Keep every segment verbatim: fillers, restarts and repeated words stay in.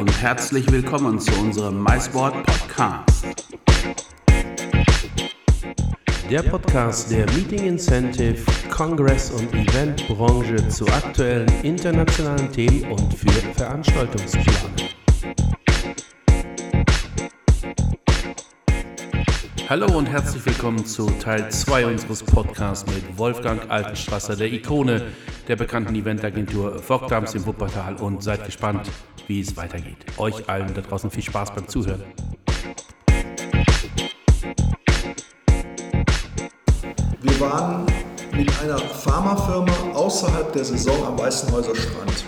und herzlich willkommen zu unserem MySport Podcast. Der Podcast der Meeting Incentive, Kongress- und Eventbranche zu aktuellen internationalen Themen und für Veranstaltungsplaner. Hallo und herzlich willkommen zu Teil zwei unseres Podcasts mit Wolfgang Altenstrasser, der Ikone der bekannten Eventagentur Vogtams im Wuppertal, und seid gespannt, wie es weitergeht. Euch allen da draußen viel Spaß beim Zuhören. Wir waren mit einer Pharmafirma außerhalb der Saison am Weißenhäuser Strand.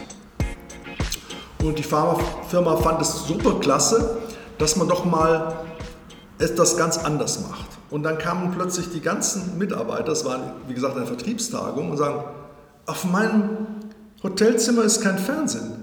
Und die Pharmafirma fand es super klasse, dass man doch mal das ganz anders macht. Und dann kamen plötzlich die ganzen Mitarbeiter, es war wie gesagt eine Vertriebstagung, und sagen, auf meinem Hotelzimmer ist kein Fernsehen.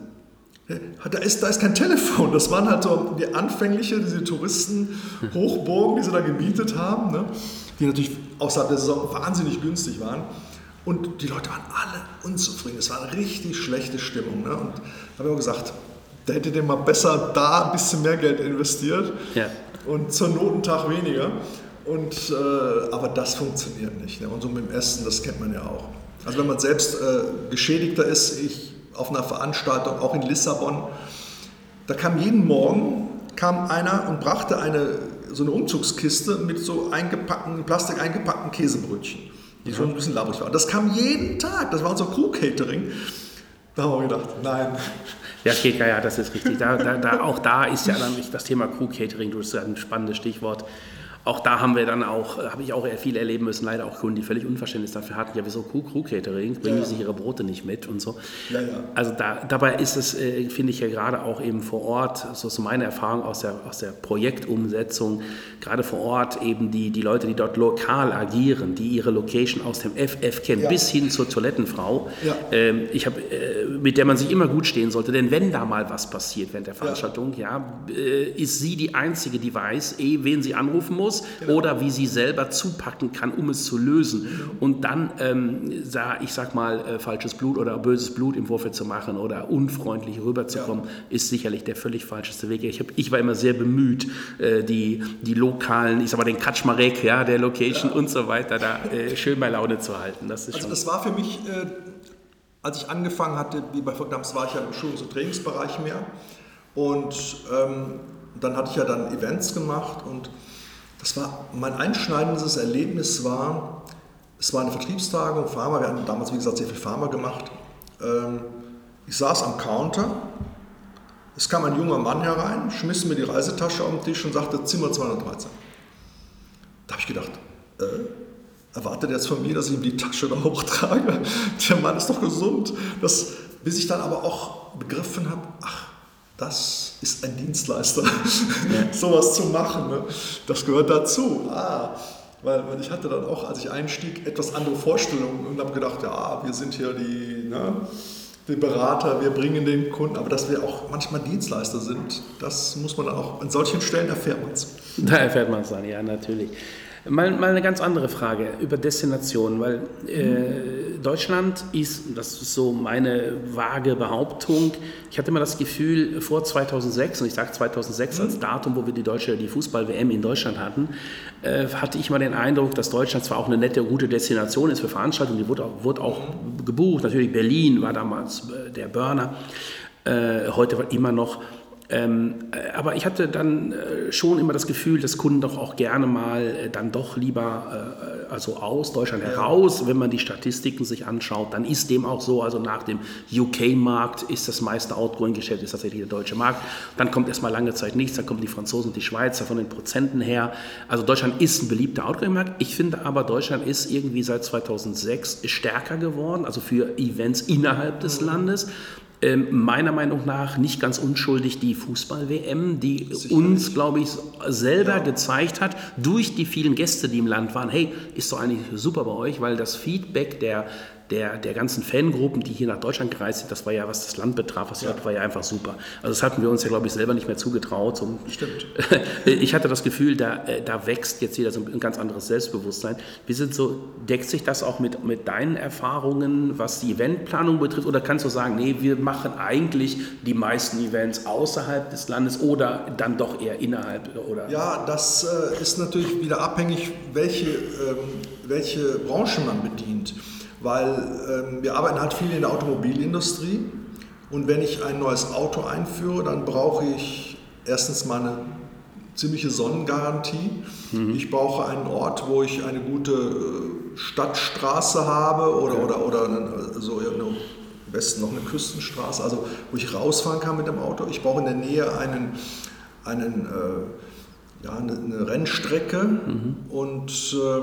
Da ist, da ist kein Telefon. Das waren halt so die anfängliche, diese Touristen-Hochburgen, die sie da gemietet haben, ne? Die natürlich außerhalb der Saison wahnsinnig günstig waren. Und die Leute waren alle unzufrieden. Es war eine richtig schlechte Stimmung. Ne? Und da habe ich auch gesagt, da hättet ihr mal besser da ein bisschen mehr Geld investiert. Ja. Und zur Not einen Tag weniger. Und, äh, aber das funktioniert nicht. Ne? Und so mit dem Essen, das kennt man ja auch. Also wenn man selbst äh, Geschädigter ist, ich auf einer Veranstaltung, auch in Lissabon, da kam jeden Morgen kam einer und brachte eine, so eine Umzugskiste mit so eingepackten, Plastik eingepackten Käsebrötchen, die schon ein bisschen labrig waren. Das kam jeden Tag, das war unser Crew-Catering. Da haben wir gedacht, nein. Ja, Keka, ja, das ist richtig. Da, da, da, auch da ist ja dann das Thema Crew-Catering, du hast ja ein spannendes Stichwort. Auch da haben wir dann auch, habe ich auch viel erleben müssen, leider auch Kunden, die völlig Unverständnis dafür hatten, ja, wieso Crew-Catering, bringen ja, die sich ihre Brote nicht mit und so. Ja, ja. Also da, dabei ist es, äh, finde ich ja gerade auch eben vor Ort, so ist meine Erfahrung aus der, aus der Projektumsetzung, gerade vor Ort eben die, die Leute, die dort lokal agieren, die ihre Location aus dem F F kennen, ja, bis hin zur Toilettenfrau, ja. ähm, ich hab, äh, mit der man sich immer gut stehen sollte, denn wenn da mal was passiert während der Veranstaltung, ja, ja äh, ist sie die Einzige, die weiß, eh, wen sie anrufen muss, genau, oder wie sie selber zupacken kann, um es zu lösen. Und dann, ähm, ich sag mal, äh, falsches Blut oder böses Blut im Vorfeld zu machen oder unfreundlich rüberzukommen, ja, ist sicherlich der völlig falscheste Weg. Ich, hab, ich war immer sehr bemüht, äh, die, die lokalen, ich sag mal, den Kaczmarek, ja, der Location, ja, und so weiter, da äh, schön bei Laune zu halten. Das ist also schon das war für mich, äh, als ich angefangen hatte, wie bei Vogtams, war ich ja im Schulungs- und Trainingsbereich mehr. Und ähm, dann hatte ich ja dann Events gemacht, und das war mein einschneidendes Erlebnis war, es war eine Vertriebstagung, Pharma, wir hatten damals, wie gesagt, sehr viel Pharma gemacht. Ich saß am Counter, es kam ein junger Mann herein, schmiss mir die Reisetasche auf den Tisch und sagte Zimmer zweihundertdreizehn. Da habe ich gedacht, äh, erwartet er jetzt von mir, dass ich ihm die Tasche da hochtrage? Der Mann ist doch gesund. Das, bis ich dann aber auch begriffen habe, ach, das ist ein Dienstleister, ja, sowas zu machen, ne? Das gehört dazu. Ah, weil, weil ich hatte dann auch, als ich einstieg, etwas andere Vorstellungen und habe gedacht, ja, wir sind hier die, ne, die Berater, wir bringen den Kunden, aber dass wir auch manchmal Dienstleister sind, das muss man dann auch, an solchen Stellen erfährt man es. Da erfährt man es dann, ja, natürlich. Mal, mal eine ganz andere Frage über Destinationen, weil äh, Deutschland ist, das ist so meine vage Behauptung, ich hatte immer das Gefühl, vor zweitausendsechs, und ich sage zweitausendsechs als Datum, wo wir die deutsche, die Fußball-W M in Deutschland hatten, äh, hatte ich mal den Eindruck, dass Deutschland zwar auch eine nette, gute Destination ist für Veranstaltungen, die wurde auch, wurde auch gebucht, natürlich Berlin war damals äh, der Burner, äh, heute war immer noch. Ähm, aber ich hatte dann äh, schon immer das Gefühl, dass Kunden doch auch gerne mal äh, dann doch lieber äh, also aus Deutschland heraus, wenn man die Statistiken sich anschaut, dann ist dem auch so, also nach dem U K-Markt ist das meiste Outgoing-Geschäft ist tatsächlich der deutsche Markt, dann kommt erstmal lange Zeit nichts, dann kommen die Franzosen und die Schweizer von den Prozenten her, also Deutschland ist ein beliebter Outgoing-Markt, ich finde aber Deutschland ist irgendwie seit zweitausendsechs stärker geworden, also für Events innerhalb des Landes. Ähm, meiner Meinung nach nicht ganz unschuldig die Fußball-W M, die uns, glaube ich, selber ja. gezeigt hat, durch die vielen Gäste, die im Land waren, hey, ist doch eigentlich super bei euch, weil das Feedback der der, der ganzen Fangruppen, die hier nach Deutschland gereist sind, das war ja, was das Land betraf, was ja. war ja einfach super. Also das hatten wir uns ja, glaube ich, selber nicht mehr zugetraut. So, Stimmt. Ich hatte das Gefühl, da, da wächst jetzt wieder so ein ganz anderes Selbstbewusstsein. Wie sind so, deckt sich das auch mit, mit deinen Erfahrungen, was die Eventplanung betrifft? Oder kannst du sagen, nee, wir machen eigentlich die meisten Events außerhalb des Landes oder dann doch eher innerhalb? Oder? Ja, das äh, ist natürlich wieder abhängig, welche, ähm, welche Branche man bedient. Weil ähm, wir arbeiten halt viel in der Automobilindustrie und wenn ich ein neues Auto einführe, dann brauche ich erstens mal eine ziemliche Sonnengarantie. Mhm. Ich brauche einen Ort, wo ich eine gute äh, Stadtstraße habe oder, ja. oder, oder eine, so eine, am besten noch eine Küstenstraße, also wo ich rausfahren kann mit dem Auto. Ich brauche in der Nähe einen, einen, äh, ja, eine, eine Rennstrecke mhm. und äh,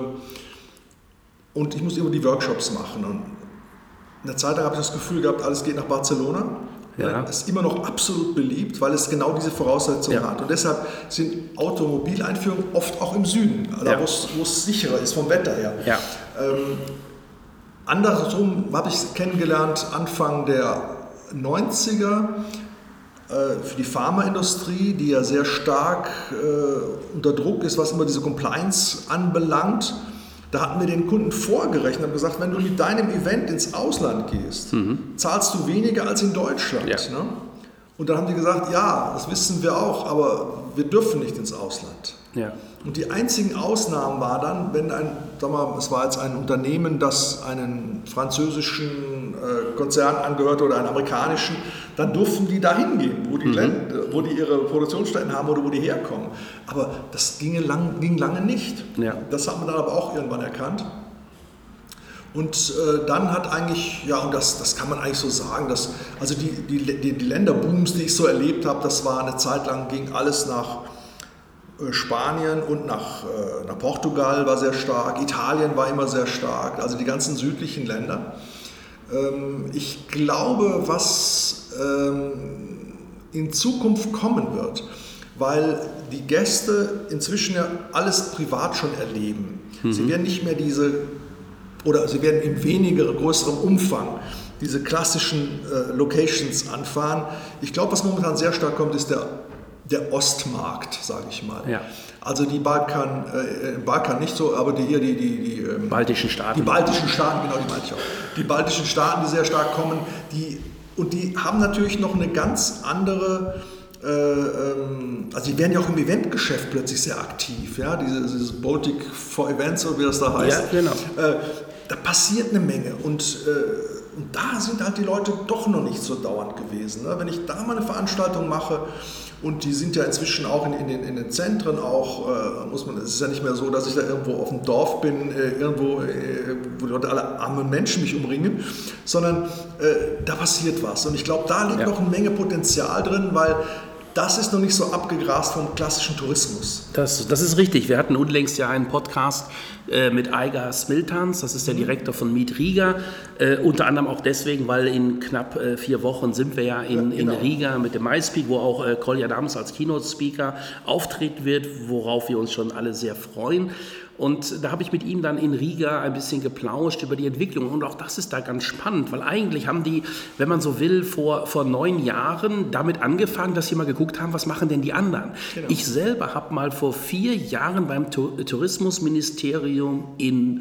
Und ich muss immer die Workshops machen. Und in der Zeit lang habe ich das Gefühl gehabt, alles geht nach Barcelona. Ja. Das ist immer noch absolut beliebt, weil es genau diese Voraussetzungen ja. hat. Und deshalb sind Automobileinführungen oft auch im Süden, also ja. wo es sicherer ist vom Wetter her. Ja. Ähm, andersrum habe ich kennengelernt, Anfang der neunziger, äh, für die Pharmaindustrie, die ja sehr stark äh, unter Druck ist, was immer diese Compliance anbelangt. Da hatten wir den Kunden vorgerechnet und gesagt, wenn du mit deinem Event ins Ausland gehst, mhm. zahlst du weniger als in Deutschland. Ja. Ne? Und dann haben die gesagt, ja, das wissen wir auch, aber wir dürfen nicht ins Ausland. Ja. Und die einzigen Ausnahmen war dann, wenn ein, sag mal, es war jetzt ein Unternehmen, das einen französischen äh, Konzern angehörte oder einen amerikanischen, dann durften die da hingehen, wo die, mhm. Länder, wo die ihre Produktionsstätten haben oder wo die herkommen. Aber das ging, lang, ging lange nicht. Ja. Das hat man dann aber auch irgendwann erkannt. Und äh, dann hat eigentlich, ja, und das, das kann man eigentlich so sagen, dass, also die, die, die, die Länderbooms, die ich so erlebt habe, das war eine Zeit lang, ging alles nach Spanien und nach, äh, nach Portugal war sehr stark, Italien war immer sehr stark, also die ganzen südlichen Länder. Ähm, ich glaube, was ähm, in Zukunft kommen wird, weil die Gäste inzwischen ja alles privat schon erleben. Mhm. Sie werden nicht mehr diese, oder sie werden in weniger, größerem Umfang diese klassischen äh, Locations anfahren. Ich glaube, was momentan sehr stark kommt, ist der der Ostmarkt, sage ich mal. Ja. Also die Balkan, äh, Balkan nicht so, aber die hier, die, die, die ähm, baltischen Staaten. Die baltischen Staaten, genau, die meine ich auch. Die baltischen Staaten, die sehr stark kommen, die, und die haben natürlich noch eine ganz andere, äh, ähm, also die werden ja auch im Eventgeschäft plötzlich sehr aktiv, ja, dieses, dieses Baltic for Events, oder wie das da heißt. Ja, genau. Äh, da passiert eine Menge und äh, Und da sind halt die Leute doch noch nicht so dauernd gewesen. Wenn ich da mal eine Veranstaltung mache, und die sind ja inzwischen auch in, in, den, in den Zentren auch, äh, muss man, es ist ja nicht mehr so, dass ich da irgendwo auf dem Dorf bin, äh, irgendwo, äh, wo die Leute alle armen Menschen mich umringen, sondern äh, da passiert was. Und ich glaube, da liegt ja. noch eine Menge Potenzial drin, weil das ist noch nicht so abgegrast vom klassischen Tourismus. Das, das ist richtig. Wir hatten unlängst ja einen Podcast äh, mit Aigar Smiltans, das ist der Direktor von Meet Riga. Äh, unter anderem auch deswegen, weil in knapp äh, vier Wochen sind wir ja in, ja, genau. in Riga mit dem MySpeak, wo auch äh, Kolja Dams als Keynote-Speaker auftreten wird, worauf wir uns schon alle sehr freuen. Und da habe ich mit ihm dann in Riga ein bisschen geplauscht über die Entwicklung. Und auch das ist da ganz spannend, weil eigentlich haben die, wenn man so will, vor, vor neun Jahren damit angefangen, dass sie mal geguckt haben, was machen denn die anderen. Genau. Ich selber habe mal vor vier Jahren beim Tourismusministerium in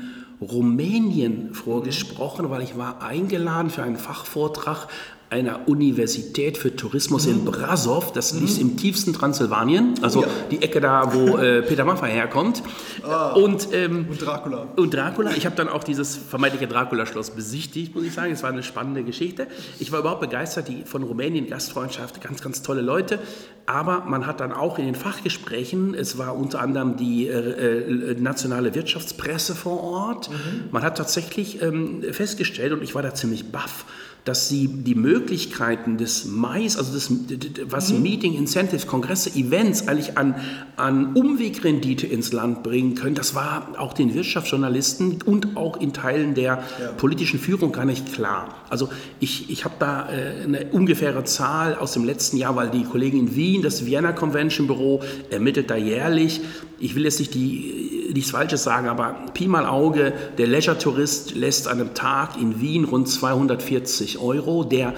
Rumänien vorgesprochen, weil ich war eingeladen für einen Fachvortrag einer Universität für Tourismus in Brasov, das liegt im tiefsten Transsilvanien, also ja. die Ecke da, wo äh, Peter Maffay herkommt. Ah, und, ähm, und Dracula. Und Dracula. Ich habe dann auch dieses vermeintliche Dracula-Schloss besichtigt, muss ich sagen. Es war eine spannende Geschichte. Ich war überhaupt begeistert, die von Rumänien Gastfreundschaft, ganz, ganz tolle Leute. Aber man hat dann auch in den Fachgesprächen, es war unter anderem die äh, nationale Wirtschaftspresse vor Ort, mhm. man hat tatsächlich ähm, festgestellt, und ich war da ziemlich baff, dass sie die Möglichkeiten des Mais, also das, was mhm. Meeting, Incentives, Kongresse, Events eigentlich an, an Umwegrendite ins Land bringen können, das war auch den Wirtschaftsjournalisten und auch in Teilen der ja. politischen Führung gar nicht klar. Also ich, ich habe da äh, eine ungefähre Zahl aus dem letzten Jahr, weil die Kollegen in Wien, das Vienna Convention Büro, ermittelt da jährlich, ich will jetzt nicht die nichts Falsches sagen, aber Pi mal Auge, der Leisure-Tourist lässt an einem Tag in Wien rund zweihundertvierzig Euro. Der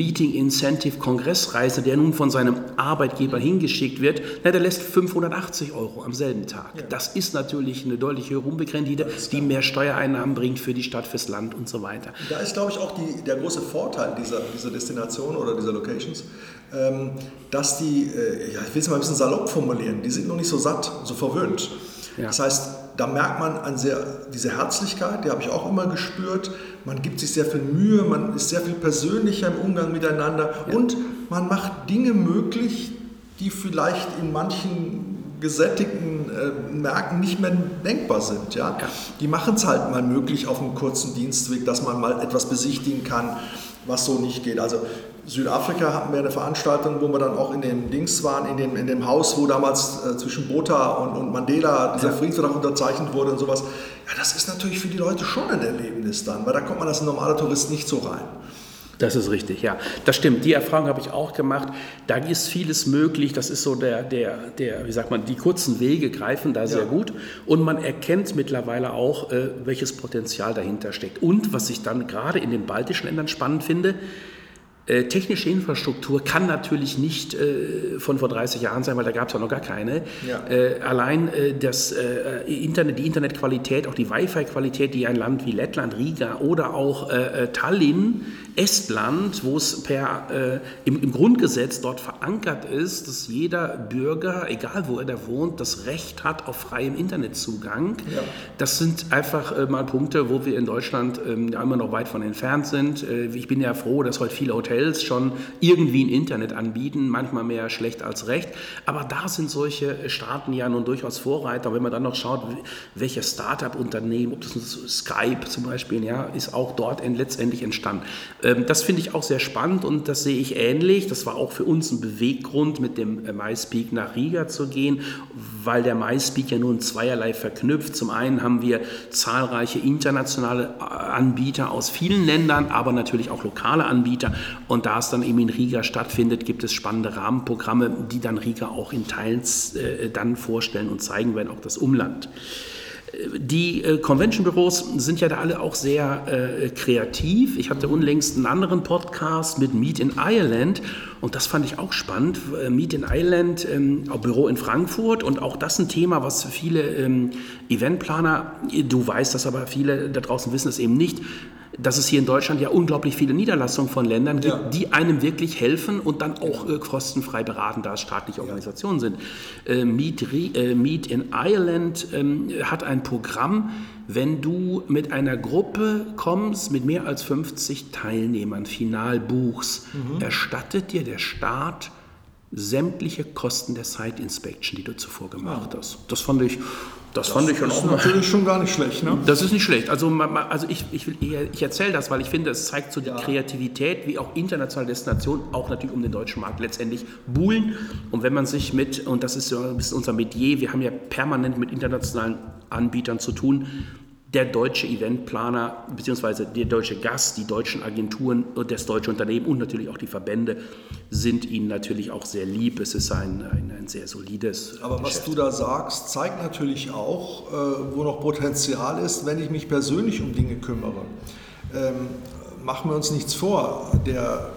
Meeting-Incentive-Kongressreisende, der nun von seinem Arbeitgeber hingeschickt wird, na, der lässt fünfhundertachtzig Euro am selben Tag. Ja. Das ist natürlich eine deutlich höhere Unbegrenztheit, die mehr Steuereinnahmen bringt für die Stadt, fürs Land und so weiter. Da ist, glaube ich, auch die, der große Vorteil dieser, dieser Destination oder dieser Locations, ähm, dass die, äh, ja, ich will es mal ein bisschen salopp formulieren, die sind noch nicht so satt, so verwöhnt. Ja. Das heißt, da merkt man an sehr, diese Herzlichkeit, die habe ich auch immer gespürt. Man gibt sich sehr viel Mühe, man ist sehr viel persönlicher im Umgang miteinander ja. und man macht Dinge möglich, die vielleicht in manchen gesättigten äh, Märkten nicht mehr denkbar sind. Ja? Ja. Die machen es halt mal möglich auf einem kurzen Dienstweg, dass man mal etwas besichtigen kann, was so nicht geht. Also Südafrika hatten wir eine Veranstaltung, wo wir dann auch in den Dings waren, in dem, in dem Haus, wo damals äh, zwischen Botha und, und Mandela dieser ja. Friedensvertrag unterzeichnet wurde und sowas. Ja, das ist natürlich für die Leute schon ein Erlebnis dann, weil da kommt man als normaler Tourist nicht so rein. Das ist richtig, ja. Das stimmt. Die Erfahrung habe ich auch gemacht. Da ist vieles möglich. Das ist so der, der, der, wie sagt man, die kurzen Wege greifen da sehr ja. gut. Und man erkennt mittlerweile auch, äh, welches Potenzial dahinter steckt. Und was ich dann gerade in den baltischen Ländern spannend finde, Äh, technische Infrastruktur kann natürlich nicht äh, von vor dreißig Jahren sein, weil da gab es ja noch gar keine. Ja. Äh, allein äh, das äh, Internet, die Internetqualität, auch die Wi-Fi-Qualität, die ein Land wie Lettland, Riga oder auch äh, Tallinn, Estland, wo es per, äh, im, im Grundgesetz dort verankert ist, dass jeder Bürger, egal wo er da wohnt, das Recht hat auf freiem Internetzugang. Ja. Das sind einfach äh, mal Punkte, wo wir in Deutschland äh, immer noch weit von entfernt sind. Äh, ich bin ja froh, dass heute viele Hotels schon irgendwie ein Internet anbieten, manchmal mehr schlecht als recht. Aber da sind solche Staaten ja nun durchaus Vorreiter. Wenn man dann noch schaut, welche Start-up-Unternehmen, ob das Skype zum Beispiel, ja, ist auch dort letztendlich entstanden. Das finde ich auch sehr spannend und das sehe ich ähnlich. Das war auch für uns ein Beweggrund, mit dem MySpeak nach Riga zu gehen, weil der MySpeak ja nun zweierlei verknüpft. Zum einen haben wir zahlreiche internationale Anbieter aus vielen Ländern, aber natürlich auch lokale Anbieter. Und da es dann eben in Riga stattfindet, gibt es spannende Rahmenprogramme, die dann Riga auch in Teilen äh, dann vorstellen und zeigen werden, auch das Umland. Die äh, Convention-Büros sind ja da alle auch sehr äh, kreativ. Ich hatte unlängst einen anderen Podcast mit Meet in Ireland und das fand ich auch spannend. Äh, Meet in Ireland, ähm, auch Büro in Frankfurt und auch das ein Thema, was für viele ähm, Eventplaner, du weißt das, aber viele da draußen wissen es eben nicht, dass es hier in Deutschland ja unglaublich viele Niederlassungen von Ländern gibt, ja. die einem wirklich helfen und dann auch äh, kostenfrei beraten, da es staatliche Organisationen ja. sind. Äh, Meet, äh, Meet in Ireland ähm, hat ein Programm, wenn du mit einer Gruppe kommst, mit mehr als fünfzig Teilnehmern, final buchst, mhm. erstattet dir der Staat sämtliche Kosten der Site Inspection, die du zuvor gemacht ja. hast. Das fand ich... Das, das fand ich schon ist auch natürlich schon gar nicht schlecht, ne? Das ist nicht schlecht. Also, also ich, ich, ich erzähle das, weil ich finde, es zeigt so die ja. Kreativität, wie auch internationale Destinationen, auch natürlich um den deutschen Markt letztendlich buhlen. Und wenn man sich mit, und das ist so ein bisschen unser Metier, wir haben ja permanent mit internationalen Anbietern zu tun, der deutsche Eventplaner bzw. der deutsche Gast, die deutschen Agenturen und das deutsche Unternehmen und natürlich auch die Verbände sind ihnen natürlich auch sehr lieb. Es ist ein, ein, ein sehr solides Aber Geschäft. Was du da sagst, zeigt natürlich auch, äh, wo noch Potenzial ist, wenn ich mich persönlich um Dinge kümmere. Ähm, machen wir uns nichts vor, der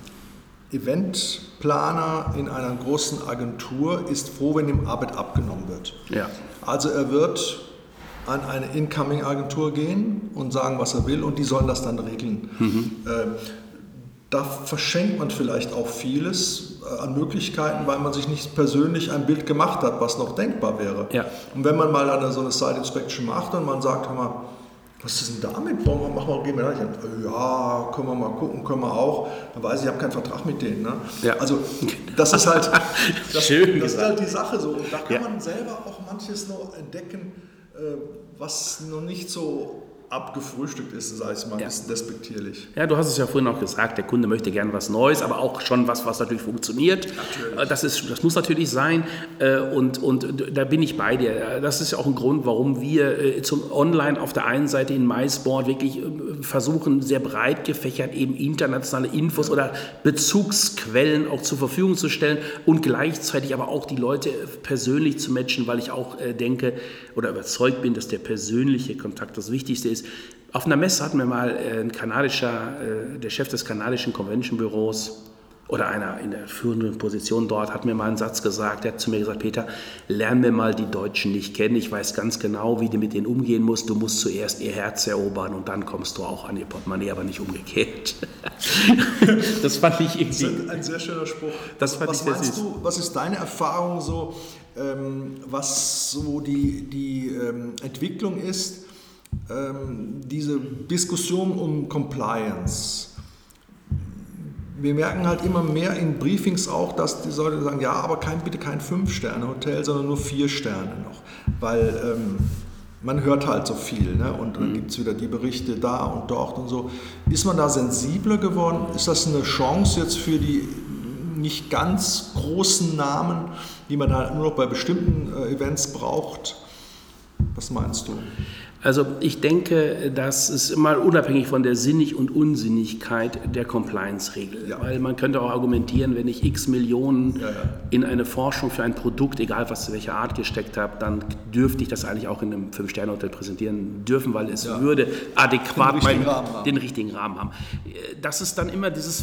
Eventplaner in einer großen Agentur ist froh, wenn ihm Arbeit abgenommen wird. Ja. Also er wird an eine Incoming-Agentur gehen und sagen, was er will und die sollen das dann regeln. Mhm. Äh, da verschenkt man vielleicht auch vieles äh, an Möglichkeiten, weil man sich nicht persönlich ein Bild gemacht hat, was noch denkbar wäre. Ja. Und wenn man mal eine, so eine Site Inspection macht und man sagt, hör mal, was ist denn damit? Warum machen wir, gehen wir da nicht hin? Ja, können wir mal gucken, können wir auch. Dann weiß ich, ich habe keinen Vertrag mit denen. Ne? Ja. Also das ist halt, das, Schön das ist halt die Sache so. Und da kann ja. man selber auch manches noch entdecken, was noch nicht so abgefrühstückt ist, sage ich mal, ein ja. bisschen despektierlich. Ja, du hast es ja vorhin auch gesagt, der Kunde möchte gerne was Neues, aber auch schon was, was natürlich funktioniert. Natürlich. Das, ist, das muss natürlich sein und, und da bin ich bei dir. Das ist ja auch ein Grund, warum wir zum Online auf der einen Seite in MySport wirklich versuchen, sehr breit gefächert eben internationale Infos ja. oder Bezugsquellen auch zur Verfügung zu stellen und gleichzeitig aber auch die Leute persönlich zu matchen, weil ich auch denke oder überzeugt bin, dass der persönliche Kontakt das Wichtigste ist. Auf einer Messe hatten wir mal ein kanadischer, der Chef des kanadischen Convention-Büros oder einer in der führenden Position dort hat mir mal einen Satz gesagt, der hat zu mir gesagt, Peter, lern mir mal die Deutschen nicht kennen, ich weiß ganz genau, wie du mit denen umgehen musst, du musst zuerst ihr Herz erobern und dann kommst du auch an ihr Portemonnaie, aber nicht umgekehrt. Das fand ich irgendwie... Das ist ein sehr schöner Spruch. Das fand was ich sehr meinst süß. du, was ist deine Erfahrung so, ähm, was so die, die ähm, Entwicklung ist, ähm, diese Diskussion um Compliance? Wir merken halt immer mehr in Briefings auch, dass die Leute sagen, ja, aber kein, bitte kein Fünf-Sterne-Hotel, sondern nur vier Sterne noch, weil ähm, man hört halt so viel, ne? Und dann mhm. gibt es wieder die Berichte da und dort und so. Ist man da sensibler geworden? Ist das eine Chance jetzt für die nicht ganz großen Namen, die man halt nur noch bei bestimmten äh, Events braucht? Was meinst du? Also ich denke, das ist immer unabhängig von der Sinnig- und Unsinnigkeit der Compliance-Regel. Ja. Weil man könnte auch argumentieren, wenn ich x Millionen ja, ja. in eine Forschung für ein Produkt, egal was welche Art gesteckt habe, dann dürfte ich das eigentlich auch in einem Fünf-Sterne-Hotel präsentieren dürfen, weil es ja. würde adäquat den richtigen, mein, den richtigen Rahmen haben. Dass es dann immer dieses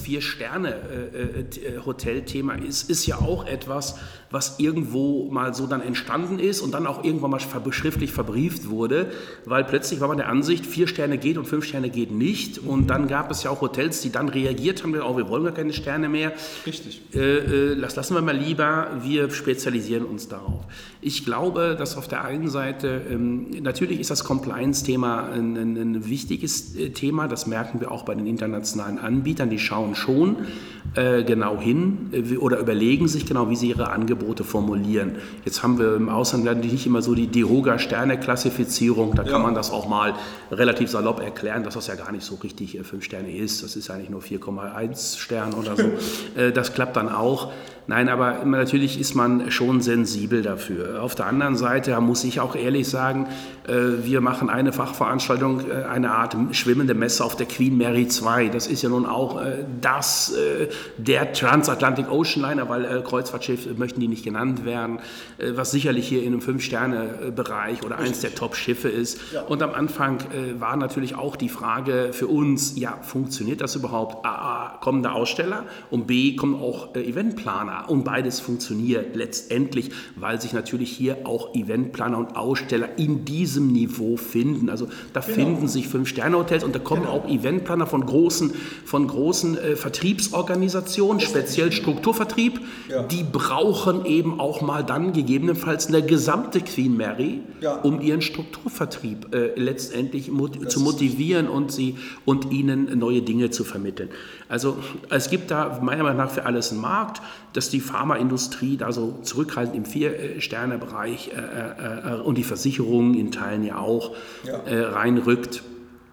Vier-Sterne-Hotel-Thema ist, ist ja auch etwas, was irgendwo mal so dann entstanden ist und dann auch irgendwann mal schriftlich verbrieft wurde, weil plötzlich war man der Ansicht, vier Sterne geht und fünf Sterne geht nicht. Und dann gab es ja auch Hotels, die dann reagiert haben, oh, wir wollen gar keine Sterne mehr. Richtig. Äh, das lassen wir mal lieber, wir spezialisieren uns darauf. Ich glaube, dass auf der einen Seite, ähm, natürlich ist das Compliance-Thema ein, ein, ein wichtiges Thema, das merken wir auch bei den internationalen Anbietern, die schauen schon äh, genau hin äh, oder überlegen sich genau, wie sie ihre Angebote formulieren. Jetzt haben wir im Ausland nicht immer so die DEHOGA-Sterne-Klassifizierung, da kann ja. man das auch mal relativ salopp erklären, dass das ja gar nicht so richtig fünf Sterne ist. Das ist eigentlich nur vier Komma eins Stern oder so. Das klappt dann auch. Nein, aber natürlich ist man schon sensibel dafür. Auf der anderen Seite muss ich auch ehrlich sagen, wir machen eine Fachveranstaltung, eine Art schwimmende Messe auf der Queen Mary zwei. Das ist ja nun auch das, der Transatlantic Ocean Liner, weil Kreuzfahrtschiff möchten die nicht genannt werden, was sicherlich hier in einem Fünf-Sterne-Bereich oder eins der Top-Schiffe ist. Ja. Und am Anfang war natürlich auch die Frage für uns, ja, funktioniert das überhaupt? A, kommen da Aussteller und B, kommen auch Eventplaner. Und beides funktioniert letztendlich, weil sich natürlich hier auch Eventplaner und Aussteller in diesem Niveau finden. Also da genau. finden sich Fünf-Sterne-Hotels und da kommen genau. auch Eventplaner von großen, von großen äh, Vertriebsorganisationen, speziell Strukturvertrieb. Ja. Die brauchen eben auch mal dann gegebenenfalls eine gesamte Queen Mary, ja. um ihren Strukturvertrieb äh, letztendlich mot- zu motivieren und, sie, und ihnen neue Dinge zu vermitteln. Also es gibt da meiner Meinung nach für alles einen Markt. Dass die Pharmaindustrie da so zurückhaltend im Vier-Sterne-Bereich äh, äh, und die Versicherungen in Teilen ja auch ja. Äh, reinrückt,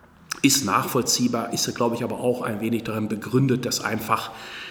ist nachvollziehbar, ist, glaube ich, aber auch ein wenig darin begründet, dass einfach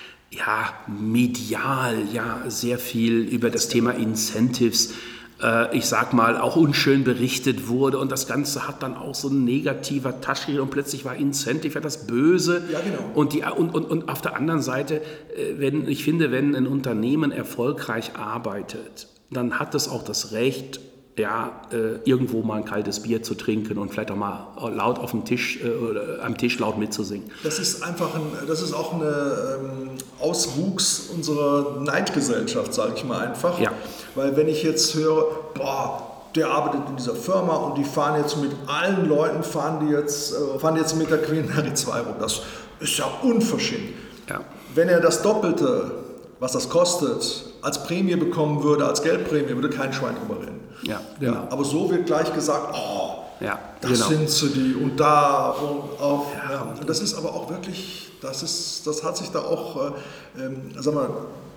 ja, medial ja, sehr viel über das Thema Incentives ich sag mal, auch unschön berichtet wurde und das Ganze hat dann auch so ein negativer Touch und plötzlich war Incentive ja das Böse. Ja, genau. Und, die, und, und, und auf der anderen Seite, wenn, ich finde, wenn ein Unternehmen erfolgreich arbeitet, dann hat es auch das Recht, ja, äh, irgendwo mal ein kaltes Bier zu trinken und vielleicht auch mal laut auf dem Tisch, äh, oder am Tisch laut mitzusingen. Das ist einfach ein, das ist auch ein ähm, Auswuchs unserer Neidgesellschaft, sage ich mal einfach. Ja. Weil wenn ich jetzt höre, boah, der arbeitet in dieser Firma und die fahren jetzt mit allen Leuten, fahren die jetzt, äh, fahren die jetzt mit der Queen Mary zwei rum, das ist ja unverschämt. Ja. Wenn er das Doppelte, was das kostet, als Prämie bekommen würde, als Geldprämie, würde kein Schwein drüber reden. Ja, genau. Ja, aber so wird gleich gesagt, oh, ja, das genau. sind sie die und da und auch. Ja, ja. Und das ist aber auch wirklich, das ist, das hat sich da auch, äh, ähm, sag mal,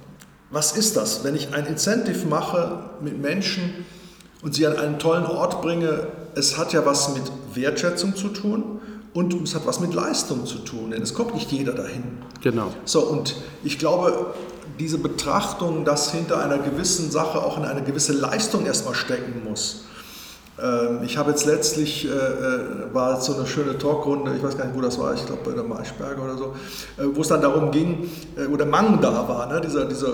was ist das, wenn ich ein Incentive mache mit Menschen und sie an einen tollen Ort bringe? Es hat ja was mit Wertschätzung zu tun und es hat was mit Leistung zu tun, denn es kommt nicht jeder dahin. Genau. So, und ich glaube, diese Betrachtung, dass hinter einer gewissen Sache auch in eine gewisse Leistung erstmal stecken muss. Ähm, ich habe jetzt letztlich, äh, war jetzt so eine schöne Talkrunde, ich weiß gar nicht, wo das war, ich glaube bei der Maischberger oder so, äh, wo es dann darum ging, äh, wo der Mang da war, ne? dieser, dieser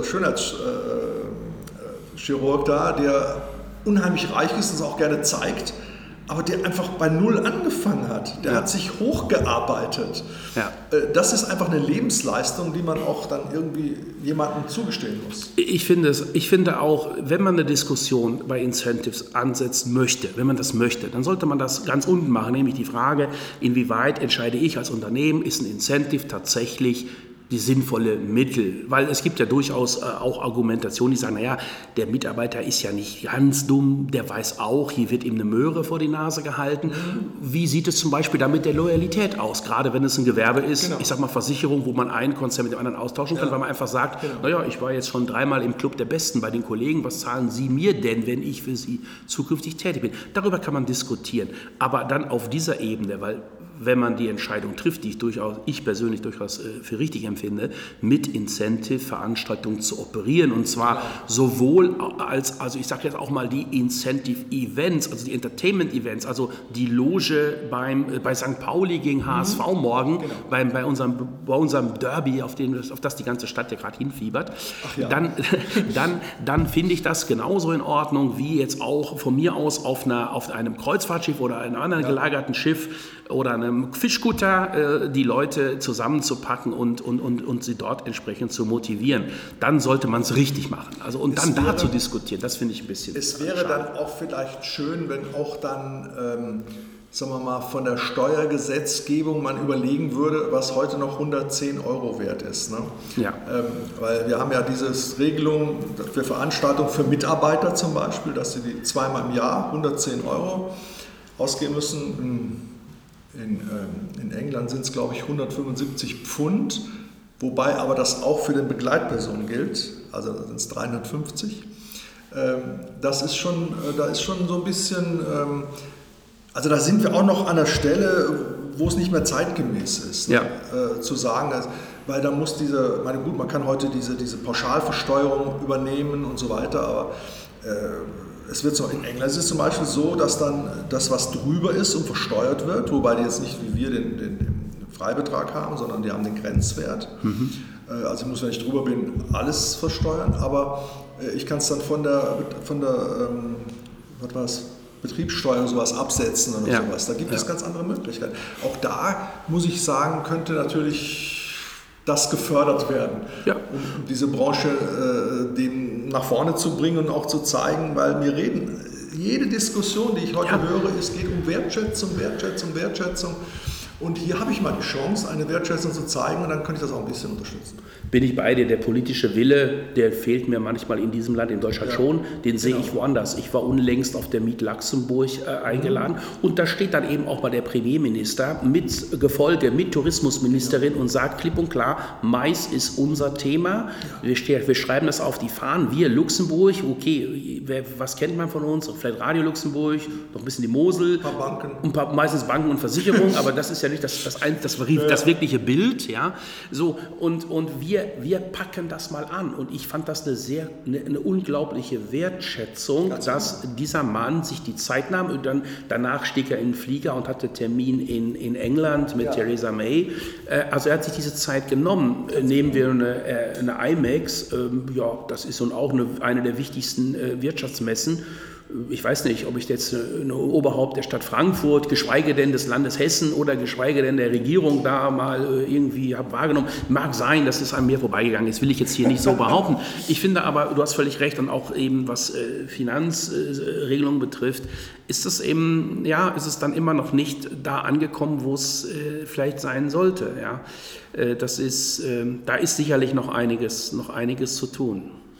Schönheitschirurg äh, da, der unheimlich reich ist und es auch gerne zeigt, aber der einfach bei Null angefangen hat. Der ja. hat sich hochgearbeitet. Ja. Das ist einfach eine Lebensleistung, die man auch dann irgendwie jemandem zugestehen muss. Ich finde es, ich finde auch, wenn man eine Diskussion bei Incentives ansetzen möchte, wenn man das möchte, dann sollte man das ganz unten machen, nämlich die Frage, inwieweit entscheide ich als Unternehmen, ist ein Incentive tatsächlich die sinnvolle Mittel, weil es gibt ja durchaus äh, auch Argumentationen, die sagen, naja, der Mitarbeiter ist ja nicht ganz dumm, der weiß auch, hier wird ihm eine Möhre vor die Nase gehalten. Mhm. Wie sieht es zum Beispiel dann mit der Loyalität aus, gerade wenn es ein Gewerbe ist, genau. ich sag mal Versicherung, wo man einen Konzern mit dem anderen austauschen kann, ja. weil man einfach sagt, genau. naja, ich war jetzt schon dreimal im Club der Besten bei den Kollegen, was zahlen Sie mir denn, wenn ich für Sie zukünftig tätig bin? Darüber kann man diskutieren, aber dann auf dieser Ebene, weil wenn man die Entscheidung trifft, die ich durchaus, ich persönlich durchaus äh, für richtig empfinde, mit Incentive-Veranstaltungen zu operieren und zwar sowohl als, also ich sage jetzt auch mal die Incentive-Events, also die Entertainment-Events, also die Loge beim, äh, bei Sankt Pauli gegen H S V mhm. morgen, genau. beim, bei, unserem, bei unserem Derby, auf, den, auf das die ganze Stadt ja gerade hinfiebert, ja. dann, dann, dann finde ich das genauso in Ordnung, wie jetzt auch von mir aus auf, einer, auf einem Kreuzfahrtschiff oder einem anderen ja. gelagerten Schiff oder einem Fischkutter, äh, die Leute zusammenzupacken und, und, und, und sie dort entsprechend zu motivieren. Dann sollte man es richtig machen. Also, und dann wäre, da zu diskutieren, das finde ich ein bisschen Es wäre schade. Dann auch vielleicht schön, wenn auch dann, ähm, sagen wir mal, von der Steuergesetzgebung man überlegen würde, was heute noch hundertzehn Euro wert ist. Ne? Ja. Ähm, weil wir haben ja diese Regelung für Veranstaltungen für Mitarbeiter zum Beispiel, dass sie die zweimal im Jahr hundertzehn Euro ausgeben müssen. In, ähm, in England sind es, glaube ich, hundertfünfundsiebzig Pfund, wobei aber das auch für den Begleitpersonen gilt, also sind es dreihundertfünfzig. Ähm, das ist schon, äh, da ist schon so ein bisschen, ähm, also da sind wir auch noch an der Stelle, wo es nicht mehr zeitgemäß ist, ja. ne, äh, zu sagen, dass, weil da muss diese, meine gut, man kann heute diese, diese Pauschalversteuerung übernehmen und so weiter, aber äh, es wird so, in England ist es zum Beispiel so, dass dann das, was drüber ist und versteuert wird, wobei die jetzt nicht wie wir den, den, den Freibetrag haben, sondern die haben den Grenzwert. Mhm. Also ich muss, wenn ich drüber bin, alles versteuern, aber ich kann es dann von der, von der ähm, was war das, Betriebssteuer und sowas absetzen oder ja. sowas. Da gibt ja. es ganz andere Möglichkeiten. Auch da, muss ich sagen, könnte natürlich das gefördert werden, ja. um diese Branche äh, den nach vorne zu bringen und auch zu zeigen, weil wir reden, jede Diskussion, die ich heute ja. höre, es geht um Wertschätzung, Wertschätzung, Wertschätzung. Und hier habe ich mal die Chance, eine Wertschätzung zu zeigen und dann könnte ich das auch ein bisschen unterstützen. Bin ich bei dir, der politische Wille, der fehlt mir manchmal in diesem Land, in Deutschland ja. schon, den sehe genau. ich woanders. Ich war unlängst auf der Meet Luxemburg äh, eingeladen mhm. und da steht dann eben auch mal der Premierminister mit Gefolge, mit Tourismusministerin ja. und sagt klipp und klar, Mais ist unser Thema. Ja. Wir, stehen, wir schreiben das auf die Fahnen, wir Luxemburg, okay, wer, was kennt man von uns? Vielleicht Radio Luxemburg, noch ein bisschen die Mosel. Ein paar Banken. Ein paar, meistens Banken und Versicherungen, aber das ist ja nicht das, das, das, das, das wirkliche Bild. Ja? So, und, und wir, wir packen das mal an. Und ich fand das eine sehr, eine, eine unglaubliche Wertschätzung, Ganz dass genau. dieser Mann sich die Zeit nahm und dann danach stieg er in den Flieger und hatte Termin in, in England mit ja. Theresa May. Also er hat sich diese Zeit genommen. Ganz Nehmen wir eine, eine IMEX, ja, das ist auch eine, eine der wichtigsten Wirtschaftsmessen. Ich weiß nicht, ob ich jetzt ein Oberhaupt der Stadt Frankfurt, geschweige denn des Landes Hessen oder geschweige denn der Regierung da mal irgendwie habe wahrgenommen. Mag sein, dass es an mir vorbeigegangen ist, will ich jetzt hier nicht so behaupten. Ich finde aber, du hast völlig recht, und auch eben was Finanzregelungen betrifft, ist es eben, ja, ist es dann immer noch nicht da angekommen, wo es vielleicht sein sollte. Ja. Das ist, da ist sicherlich noch einiges, noch einiges zu tun.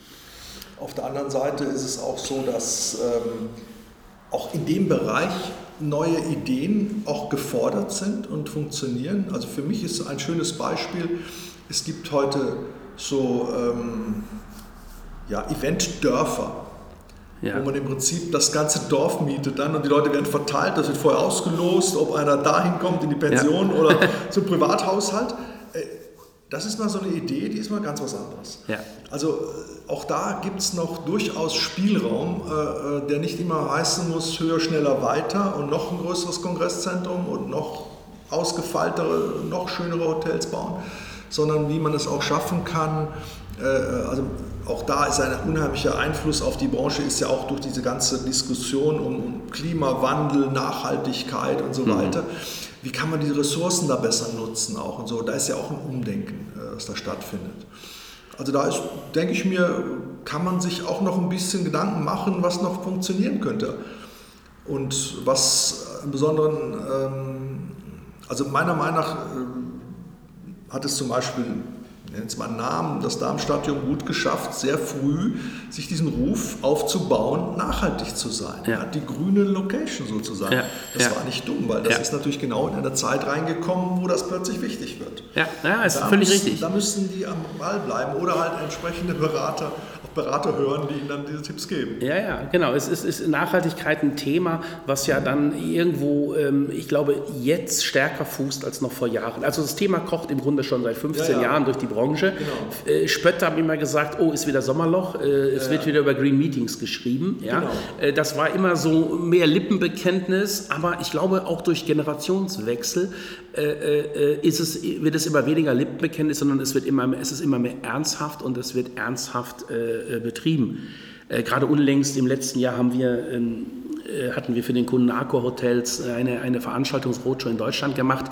Auf der anderen Seite ist es auch so, dass ähm, auch in dem Bereich neue Ideen auch gefordert sind und funktionieren. Also für mich ist ein schönes Beispiel, es gibt heute so ähm, ja, Eventdörfer. Ja. Wo man im Prinzip das ganze Dorf mietet dann und die Leute werden verteilt, das wird vorher ausgelost, ob einer dahin kommt in die Pension ja. oder zum Privathaushalt. Das ist mal so eine Idee, die ist mal ganz was anderes. Ja. Also auch da gibt es noch durchaus Spielraum, äh, der nicht immer heißen muss, höher, schneller, weiter und noch ein größeres Kongresszentrum und noch ausgefeiltere, noch schönere Hotels bauen, sondern wie man es auch schaffen kann. Äh, also auch da ist ein unheimlicher Einfluss auf die Branche, ist ja auch durch diese ganze Diskussion um, um Klimawandel, Nachhaltigkeit und so mhm. weiter. Wie kann man diese Ressourcen da besser nutzen auch und so? Da ist ja auch ein Umdenken, das da stattfindet. Also da ist, denke ich mir, kann man sich auch noch ein bisschen Gedanken machen, was noch funktionieren könnte. Und was im Besonderen, ähm, also meiner Meinung nach äh, hat es zum Beispiel, jetzt mal einen Namen, das Darmstadion gut geschafft, sehr früh sich diesen Ruf aufzubauen, nachhaltig zu sein. Ja. Ja, die grüne Location sozusagen. Ja. Das ja. war nicht dumm, weil das ja. ist natürlich genau in eine Zeit reingekommen, wo das plötzlich wichtig wird. Ja, ja ist da völlig müssen, richtig. Da müssen die am Ball bleiben oder halt entsprechende Berater, auch Berater hören, die ihnen dann diese Tipps geben. Ja, ja, genau. Es ist, ist Nachhaltigkeit ein Thema, was ja dann irgendwo, ähm, ich glaube, jetzt stärker fußt als noch vor Jahren. Also das Thema kocht im Grunde schon seit fünfzehn ja, ja. Jahren durch die Branche. Genau. Äh, Spötter haben immer gesagt, oh, ist wieder Sommerloch, äh, es ja, wird ja. wieder über Green Meetings geschrieben. Ja? Genau. Äh, das war immer so mehr Lippenbekenntnis, aber ich glaube auch durch Generationswechsel äh, äh, ist es, wird es immer weniger Lippenbekenntnis, sondern es, wird immer, es ist immer mehr ernsthaft und es wird ernsthaft äh, betrieben. Äh, gerade unlängst im letzten Jahr haben wir ähm, hatten wir für den Kunden Accor Hotels eine, eine Veranstaltungsroadshow in Deutschland gemacht,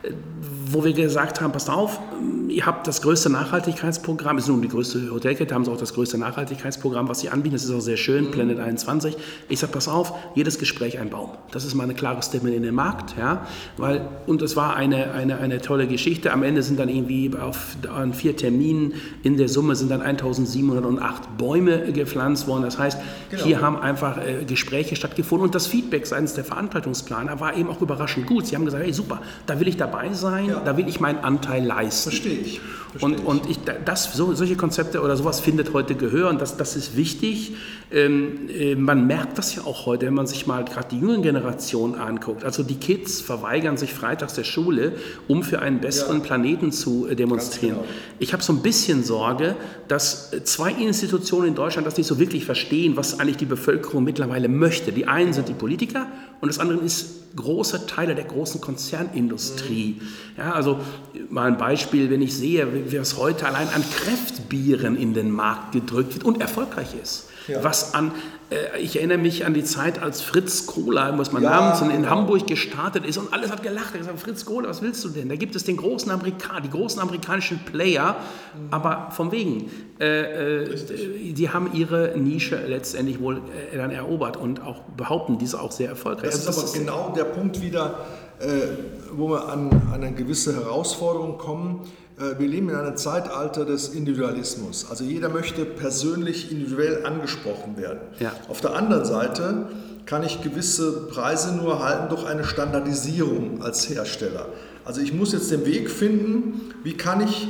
wo wir gesagt haben, passt auf, ihr habt das größte Nachhaltigkeitsprogramm, ist nun die größte Hotelkette, haben sie auch das größte Nachhaltigkeitsprogramm, was sie anbieten, das ist auch sehr schön, mhm. Planet einundzwanzig. Ich sage, pass auf, jedes Gespräch ein Baum. Das ist mal eine klare Statement in den Markt, ja, weil, und es war eine, eine, eine tolle Geschichte, am Ende sind dann irgendwie auf, an vier Terminen in der Summe sind dann eintausendsiebenhundertacht Bäume gepflanzt worden, das heißt, genau. hier haben einfach äh, Gespräche stattgefunden und das Feedback seitens der Veranstaltungsplaner war eben auch überraschend gut. Sie haben gesagt, hey super, da will ich dabei sein, ja. da will ich meinen Anteil leisten. Verstehe ich. Verstehe und und ich, das, so, solche Konzepte oder sowas findet heute Gehör und das, das ist wichtig. Ähm, äh, man merkt das ja auch heute, wenn man sich mal gerade die jüngeren Generationen anguckt. Also die Kids verweigern sich freitags der Schule, um für einen besseren ja. Planeten zu äh, demonstrieren. Genau. Ich habe so ein bisschen Sorge, dass zwei Institutionen in Deutschland das nicht so wirklich verstehen, was eigentlich die Bevölkerung mittlerweile möchte. Die einen sind die Politiker und das andere ist große Teile der großen Konzernindustrie. Ja, also mal ein Beispiel, wenn ich sehe, wie es heute allein an Kräftbieren in den Markt gedrückt wird und erfolgreich ist. Ja. Was an, äh, ich erinnere mich an die Zeit, als Fritz Cola, muss man ja, namens, in genau. Hamburg gestartet ist und alles hat gelacht. Er hat gesagt, Fritz Cola, was willst du denn? Da gibt es den großen Amerika, die großen amerikanischen Player, mhm. aber von wegen, äh, äh, die haben ihre Nische letztendlich wohl äh, dann erobert und auch behaupten, diese auch sehr erfolgreich. Das ist also, das aber ist genau der Punkt wieder, äh, wo wir an, an eine gewisse Herausforderung kommen. Wir leben in einem Zeitalter des Individualismus. Also jeder möchte persönlich individuell angesprochen werden. Ja. Auf der anderen Seite kann ich gewisse Preise nur halten durch eine Standardisierung als Hersteller. Also ich muss jetzt den Weg finden, wie kann ich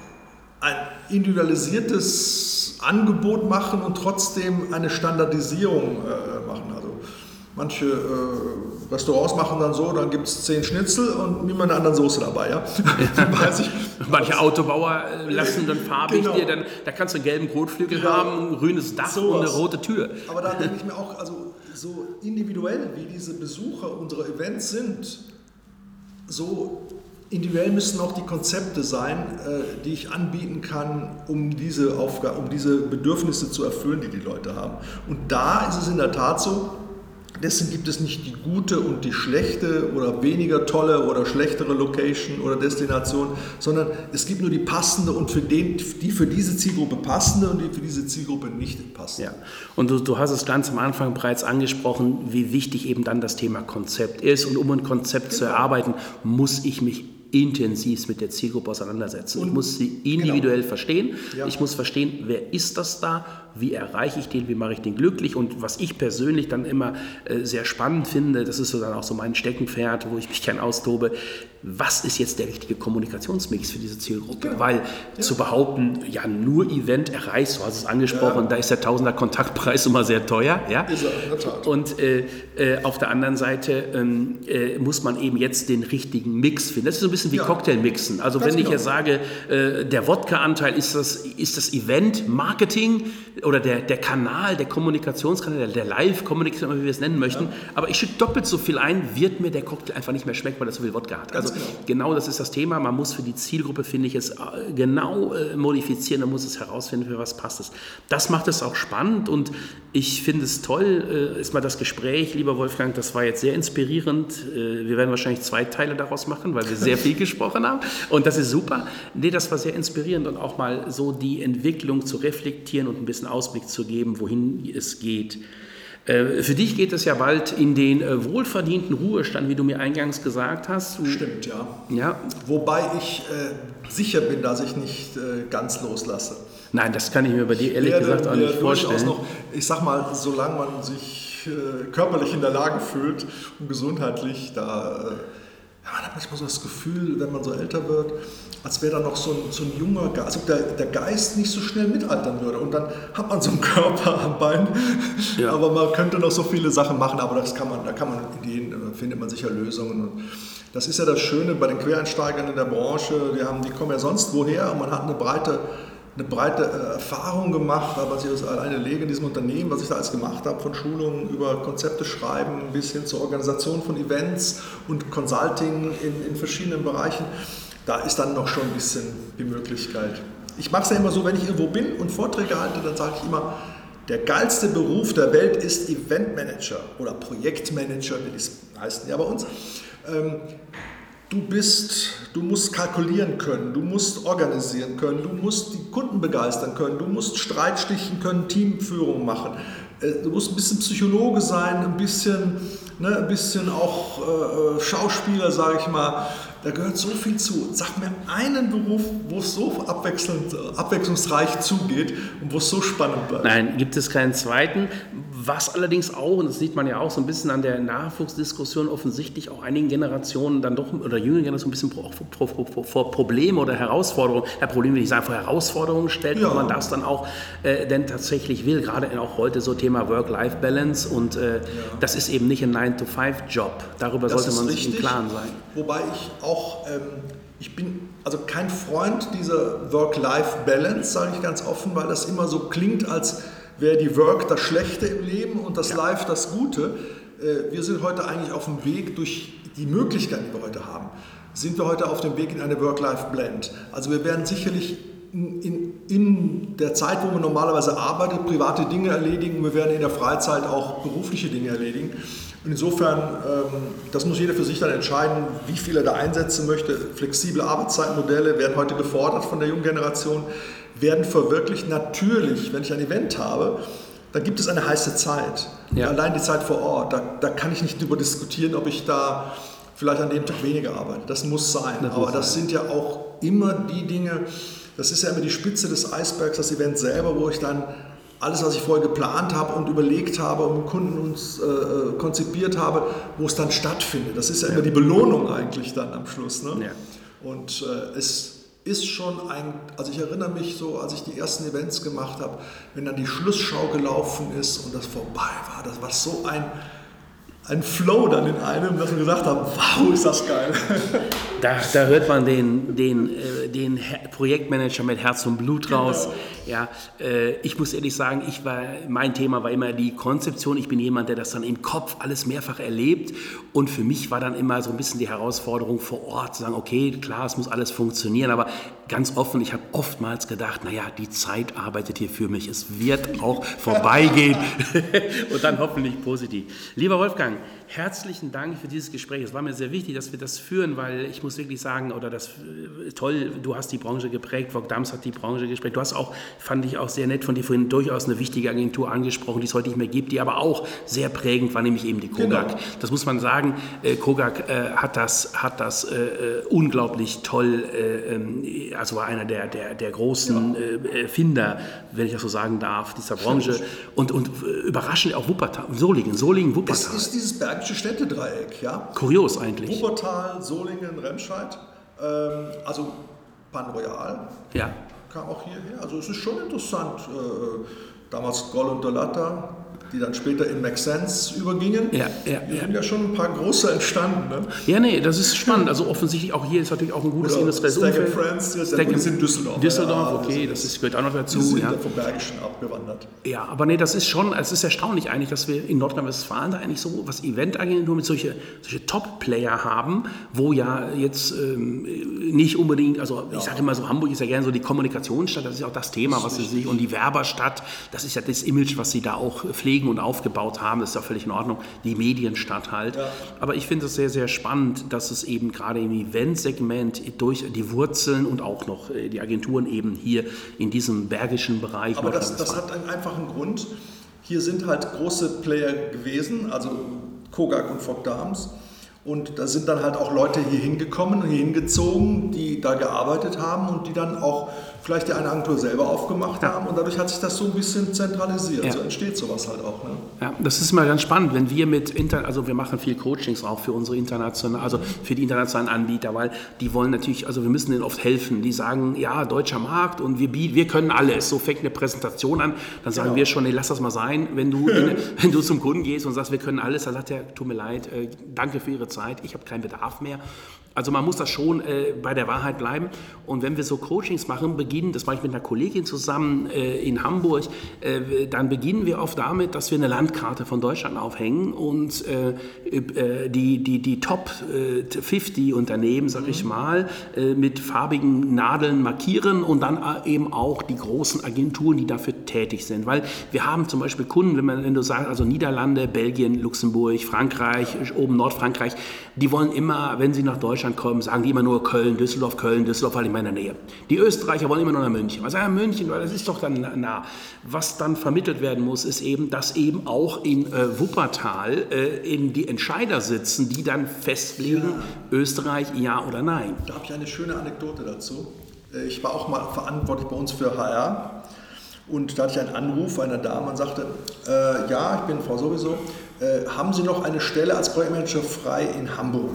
ein individualisiertes Angebot machen und trotzdem eine Standardisierung äh, machen. Also manche äh, Restaurants machen dann so, dann gibt es zehn Schnitzel und immer eine andere Soße dabei. Ja? Weiß ich. Manche Autobauer lassen dann farbig genau. dir, dann, da kannst du einen gelben Kotflügel ja. haben, ein grünes Dach so und eine rote Tür. Aber da denke ich mir auch, also so individuell wie diese Besucher unserer Events sind, so individuell müssen auch die Konzepte sein, äh, die ich anbieten kann, um diese Aufgabe, um diese Bedürfnisse zu erfüllen, die die Leute haben. Und da ist es in der Tat so, deswegen gibt es nicht die gute und die schlechte oder weniger tolle oder schlechtere Location oder Destination, sondern es gibt nur die passende und für den, die für diese Zielgruppe passende und die für diese Zielgruppe nicht passende. Ja. Und du, du hast es ganz am Anfang bereits angesprochen, wie wichtig eben dann das Thema Konzept ist. Und um ein Konzept genau. zu erarbeiten, muss ich mich intensiv mit der Zielgruppe auseinandersetzen. Und ich muss sie individuell genau. verstehen. Ja. Ich muss verstehen, wer ist das da, wie erreiche ich den, wie mache ich den glücklich. Und was ich persönlich dann immer äh, sehr spannend finde, das ist so dann auch so mein Steckenpferd, wo ich mich gern austobe, was ist jetzt der richtige Kommunikationsmix für diese Zielgruppe? Genau. Weil ja. zu behaupten, ja nur Event erreichst, du hast es angesprochen, ja. da ist der Tausender Kontaktpreis immer sehr teuer. Ja? Ist er, in der Tat. Und äh, äh, auf der anderen Seite ähm, äh, muss man eben jetzt den richtigen Mix finden. Das ist so ein bisschen wie ja. Cocktailmixen. Also Ganz wenn genau. ich jetzt sage, äh, der Wodka-Anteil ist das, ist das Event-Marketing oder der, der Kanal, der Kommunikationskanal, der, der Live-Kommunikation, wie wir es nennen möchten, ja. aber ich schütte doppelt so viel ein, wird mir der Cocktail einfach nicht mehr schmecken, weil er so viel Wodka hat. Also genau. genau das ist das Thema. Man muss für die Zielgruppe, finde ich, es genau äh, modifizieren, man muss es herausfinden, für was passt es. Das macht es auch spannend und ich finde es toll, äh, ist mal das Gespräch, lieber Wolfgang, das war jetzt sehr inspirierend. Äh, wir werden wahrscheinlich zwei Teile daraus machen, weil wir sehr viel gesprochen haben und das ist super. Nee, das war sehr inspirierend und auch mal so die Entwicklung zu reflektieren und ein bisschen Ausblick zu geben, wohin es geht. Äh, für dich geht es ja bald in den äh, wohlverdienten Ruhestand, wie du mir eingangs gesagt hast. Stimmt, ja. ja. Wobei ich äh, sicher bin, dass ich nicht äh, ganz loslasse. Nein, das kann ich mir bei dir ehrlich werde, gesagt auch nicht vorstellen. Noch, ich sag mal, solange man sich äh, körperlich in der Lage fühlt und gesundheitlich, da äh, ja, man hat manchmal so das Gefühl, wenn man so älter wird, als wäre da noch so ein, so ein junger Geist, also der, der Geist nicht so schnell mitaltern würde. Und dann hat man so einen Körper am Bein, ja. aber man könnte noch so viele Sachen machen, aber das kann man, da kann man Ideen, da findet man sicher Lösungen. Und das ist ja das Schöne bei den Quereinsteigern in der Branche, die, haben, die kommen ja sonst woher und man hat eine breite, eine breite Erfahrung gemacht, was ich alleine lege in diesem Unternehmen, was ich da alles gemacht habe, von Schulungen über Konzepte schreiben bis hin zur Organisation von Events und Consulting in, in verschiedenen Bereichen. Da ist dann noch schon ein bisschen die Möglichkeit. Ich mache es ja immer so, wenn ich irgendwo bin und Vorträge halte, dann sage ich immer, der geilste Beruf der Welt ist Eventmanager oder Projektmanager, wie das heißen ja bei uns. Ähm, du bist, du musst kalkulieren können, du musst organisieren können, du musst die Kunden begeistern können, du musst Streit schlichten können, Teamführung machen. Äh, du musst ein bisschen Psychologe sein, ein bisschen, ne, ein bisschen auch äh, Schauspieler, sage ich mal. Da gehört so viel zu. Sag mir einen Beruf, wo es so abwechselnd, abwechslungsreich zugeht und wo es so spannend bleibt. Nein, gibt es keinen zweiten. Was allerdings auch, und das sieht man ja auch so ein bisschen an der Nachwuchsdiskussion, offensichtlich auch einigen Generationen dann doch, oder jüngeren Generationen ein bisschen vor, vor, vor Probleme oder Herausforderungen, ja, Probleme will ich sagen, vor Herausforderungen stellt, ja. ob man das dann auch äh, denn tatsächlich will. Gerade auch heute so Thema Work-Life-Balance und äh, ja. das ist eben nicht ein nine to five Job. Darüber das sollte man sich im Klaren sein. Wobei ich auch, ähm, ich bin also kein Freund dieser Work-Life-Balance, sage ich ganz offen, weil das immer so klingt, als wäre die Work das Schlechte im Leben und das ja. Life das Gute. Äh, wir sind heute eigentlich auf dem Weg, durch die Möglichkeiten, die wir heute haben, sind wir heute auf dem Weg in eine Work-Life-Blend. Also wir werden sicherlich in, in, in der Zeit, wo man normalerweise arbeitet, private Dinge erledigen. Wir werden in der Freizeit auch berufliche Dinge erledigen. Und insofern, ähm, das muss jeder für sich dann entscheiden, wie viel er da einsetzen möchte. Flexible Arbeitszeitmodelle werden heute gefordert von der jungen Generation, werden verwirklicht. Natürlich, wenn ich ein Event habe, dann gibt es eine heiße Zeit. Ja. Allein die Zeit vor Ort, da, da kann ich nicht darüber diskutieren, ob ich da vielleicht an dem Tag weniger arbeite. Das muss sein. Das Aber muss das sein. Sind ja auch immer die Dinge, das ist ja immer die Spitze des Eisbergs, das Event selber, wo ich dann alles, was ich vorher geplant habe und überlegt habe und mit Kunden uns äh, konzipiert habe, wo es dann stattfindet. Das ist ja, ja. immer die Belohnung eigentlich dann am Schluss. Ne? Ja. Und äh, es ist schon ein, also ich erinnere mich so, als ich die ersten Events gemacht habe, wenn dann die Schlussschau gelaufen ist und das vorbei war, das war so ein, ein Flow dann in einem, dass wir gesagt haben, wow, ist das geil. Da, da hört man den, den, äh, den Projektmanager mit Herz und Blut raus. Genau. Ja, äh, ich muss ehrlich sagen, ich war, mein Thema war immer die Konzeption. Ich bin jemand, der das dann im Kopf alles mehrfach erlebt. Und für mich war dann immer so ein bisschen die Herausforderung vor Ort, zu sagen, okay, klar, es muss alles funktionieren, aber ganz offen, ich habe oftmals gedacht, naja, die Zeit arbeitet hier für mich. Es wird auch vorbeigehen und dann hoffentlich positiv. Lieber Wolfgang, herzlichen Dank für dieses Gespräch. Es war mir sehr wichtig, dass wir das führen, weil ich muss wirklich sagen, oder das toll, du hast die Branche geprägt, Vogtams hat die Branche geprägt. Du hast auch, fand ich auch sehr nett von dir vorhin, durchaus eine wichtige Agentur angesprochen, die es heute nicht mehr gibt, die aber auch sehr prägend war, nämlich eben die Kogak. Genau. Das muss man sagen, äh, Kogak äh, hat das, hat das äh, unglaublich toll, äh, also war einer der, der, der großen ja. äh, Erfinder, wenn ich das so sagen darf, dieser Branche. Und, und äh, überraschend auch Wuppertal, Solingen, Solingen, Wuppertal. Es ist dieses Bergische Städtedreieck, ja. Kurios eigentlich. Wuppertal, Solingen, Remscheid, ähm, also Pan Royal ja. kam auch hierher. Also es ist schon interessant. Äh, damals Goll und Dolata, die dann später in Make Sense übergingen. Ja, ja, Hier ja. sind ja schon ein paar große entstanden. Ne? Ja, nee, das ist spannend. Also offensichtlich auch hier ist natürlich auch ein gutes Oder industrielles Stack Umfeld. Friends, die Stack sind in Düsseldorf. Düsseldorf, ja, okay, das, das ist, gehört auch noch dazu. Die sind ja. vom Bergischen abgewandert. Ja, aber nee, das ist schon, es ist erstaunlich eigentlich, dass wir in Nordrhein-Westfalen da eigentlich so was Eventagenturen mit solche, solche Top-Player haben, wo ja jetzt ähm, nicht unbedingt, also ich ja. sage immer so, Hamburg ist ja gerne so die Kommunikationsstadt, das ist ja auch das Thema, was sie sich, und die Werberstadt, das ist ja das Image, was sie da auch pflegen und aufgebaut haben, das ist ja völlig in Ordnung, die Medienstadt halt. Ja. Aber ich finde es sehr, sehr spannend, dass es eben gerade im Eventsegment durch die Wurzeln und auch noch die Agenturen eben hier in diesem bergischen Bereich. Aber das, das hat einen einfachen Grund. Hier sind halt große Player gewesen, also Kogak und Vogtams. Und da sind dann halt auch Leute hier hingekommen, hier hingezogen, die da gearbeitet haben und die dann auch vielleicht die eine Agentur selber aufgemacht haben. Und dadurch hat sich das so ein bisschen zentralisiert. Ja. So entsteht sowas halt auch. Ne? Ja, das ist mal ganz spannend, wenn wir mit, Inter also wir machen viel Coachings auch für unsere internationalen, also für die internationalen Anbieter, weil die wollen natürlich, also wir müssen denen oft helfen. Die sagen, ja, deutscher Markt und wir, wir können alles. So fängt eine Präsentation an, dann sagen genau. wir schon, nee, lass das mal sein. Wenn du, in, wenn du zum Kunden gehst und sagst, wir können alles, dann sagt er, tut mir leid, äh, danke für Ihre Zeit, ich habe keinen Bedarf mehr. Also man muss das schon äh, bei der Wahrheit bleiben. Und wenn wir so Coachings machen, beginnen, das mache ich mit einer Kollegin zusammen äh, in Hamburg, äh, dann beginnen wir oft damit, dass wir eine Landkarte von Deutschland aufhängen und äh, äh, die, die, die Top äh, fünfzig Unternehmen, sag ich mal, äh, mit farbigen Nadeln markieren und dann äh, eben auch die großen Agenturen, die dafür tätig sind. Weil wir haben zum Beispiel Kunden, wenn, man, wenn du sagst, also Niederlande, Belgien, Luxemburg, Frankreich, oben Nordfrankreich, die wollen immer, wenn sie nach Deutschland kommen, sagen die immer nur Köln, Düsseldorf, Köln, Düsseldorf, weil ich in meiner Nähe. Die Österreicher wollen immer nur nach München. Also ja, München, weil das ist doch dann nah. Was dann vermittelt werden muss, ist eben, dass eben auch in äh, Wuppertal äh, in die Entscheider sitzen, die dann festlegen, ja. Österreich, ja oder nein. Da habe ich eine schöne Anekdote dazu. Ich war auch mal verantwortlich bei uns für H R und da hatte ich einen Anruf einer Dame und sagte, äh, ja, ich bin Frau sowieso, äh, haben Sie noch eine Stelle als Projektmanager frei in Hamburg?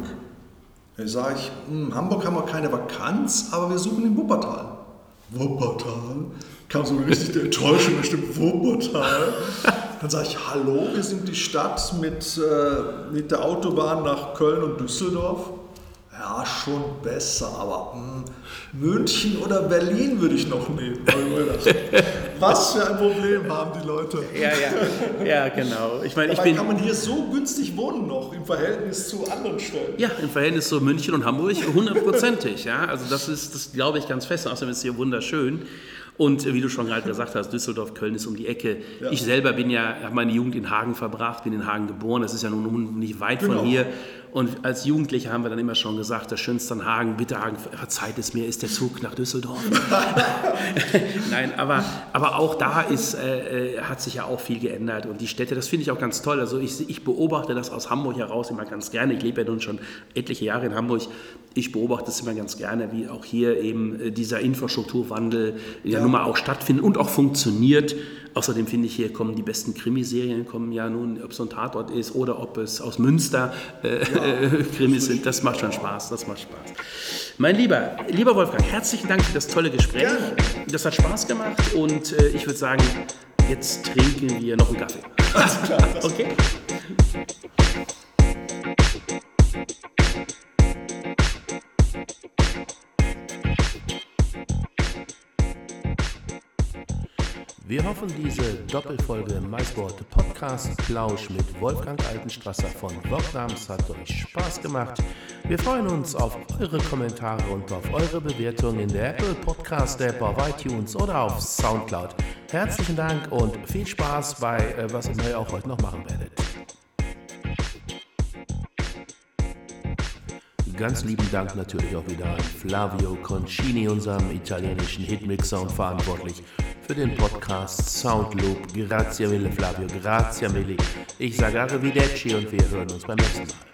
Da sage ich, hm, Hamburg haben wir keine Vakanz, aber wir suchen in Wuppertal. Wuppertal? Kam so eine richtige Enttäuschung, bestimmt Wuppertal. Dann sage ich, hallo, wir sind die Stadt mit, äh, mit der Autobahn nach Köln und Düsseldorf. Ja, schon besser, aber mh, München oder Berlin würde ich noch nehmen. Was für ein Problem haben die Leute? Ja, ja, ja, genau. Ich meine, ich Dabei bin, kann man hier so günstig wohnen noch im Verhältnis zu anderen Städten. Ja, im Verhältnis zu München und Hamburg hundertprozentig. Ja, also das ist, das glaube ich ganz fest. Außerdem ist es hier wunderschön. Und wie du schon gerade gesagt hast, Düsseldorf, Köln ist um die Ecke. Ja. Ich selber bin ja, habe meine Jugend in Hagen verbracht, bin in Hagen geboren. Das ist ja nun nicht weit genau. von hier. Und als Jugendliche haben wir dann immer schon gesagt, das Schönste an Hagen, bitte Hagen, verzeiht es mir, ist der Zug nach Düsseldorf. Nein, aber, aber auch da ist, äh, hat sich ja auch viel geändert. Und die Städte, das finde ich auch ganz toll. Also ich, ich beobachte das aus Hamburg heraus immer ganz gerne. Ich lebe ja nun schon etliche Jahre in Hamburg. Ich beobachte es immer ganz gerne, wie auch hier eben dieser Infrastrukturwandel ja, ja nun mal auch stattfindet und auch funktioniert. Außerdem finde ich, hier kommen die besten Krimiserien, kommen ja nun, ob es so ein Tatort ist oder ob es aus Münster äh, ja, Krimis sind. Das macht schon Spaß, das macht Spaß. Mein Lieber, lieber Wolfgang, herzlichen Dank für das tolle Gespräch. Ja. Das hat Spaß gemacht und äh, ich würde sagen, jetzt trinken wir noch einen Kaffee. Alles klar. Okay. Wir hoffen, diese Doppelfolge MySport Podcast Plausch mit Wolfgang Altenstrasser von Vogtams hat euch Spaß gemacht. Wir freuen uns auf eure Kommentare und auf eure Bewertungen in der Apple Podcast App, auf iTunes oder auf Soundcloud. Herzlichen Dank und viel Spaß bei, was ihr auch heute noch machen werdet. ganz lieben Dank natürlich auch wieder an Flavio Concini, unserem italienischen Hitmixer und verantwortlich für den Podcast Soundloop. Grazie mille Flavio, grazie mille. Ich sage arrivederci und wir hören uns beim nächsten Mal.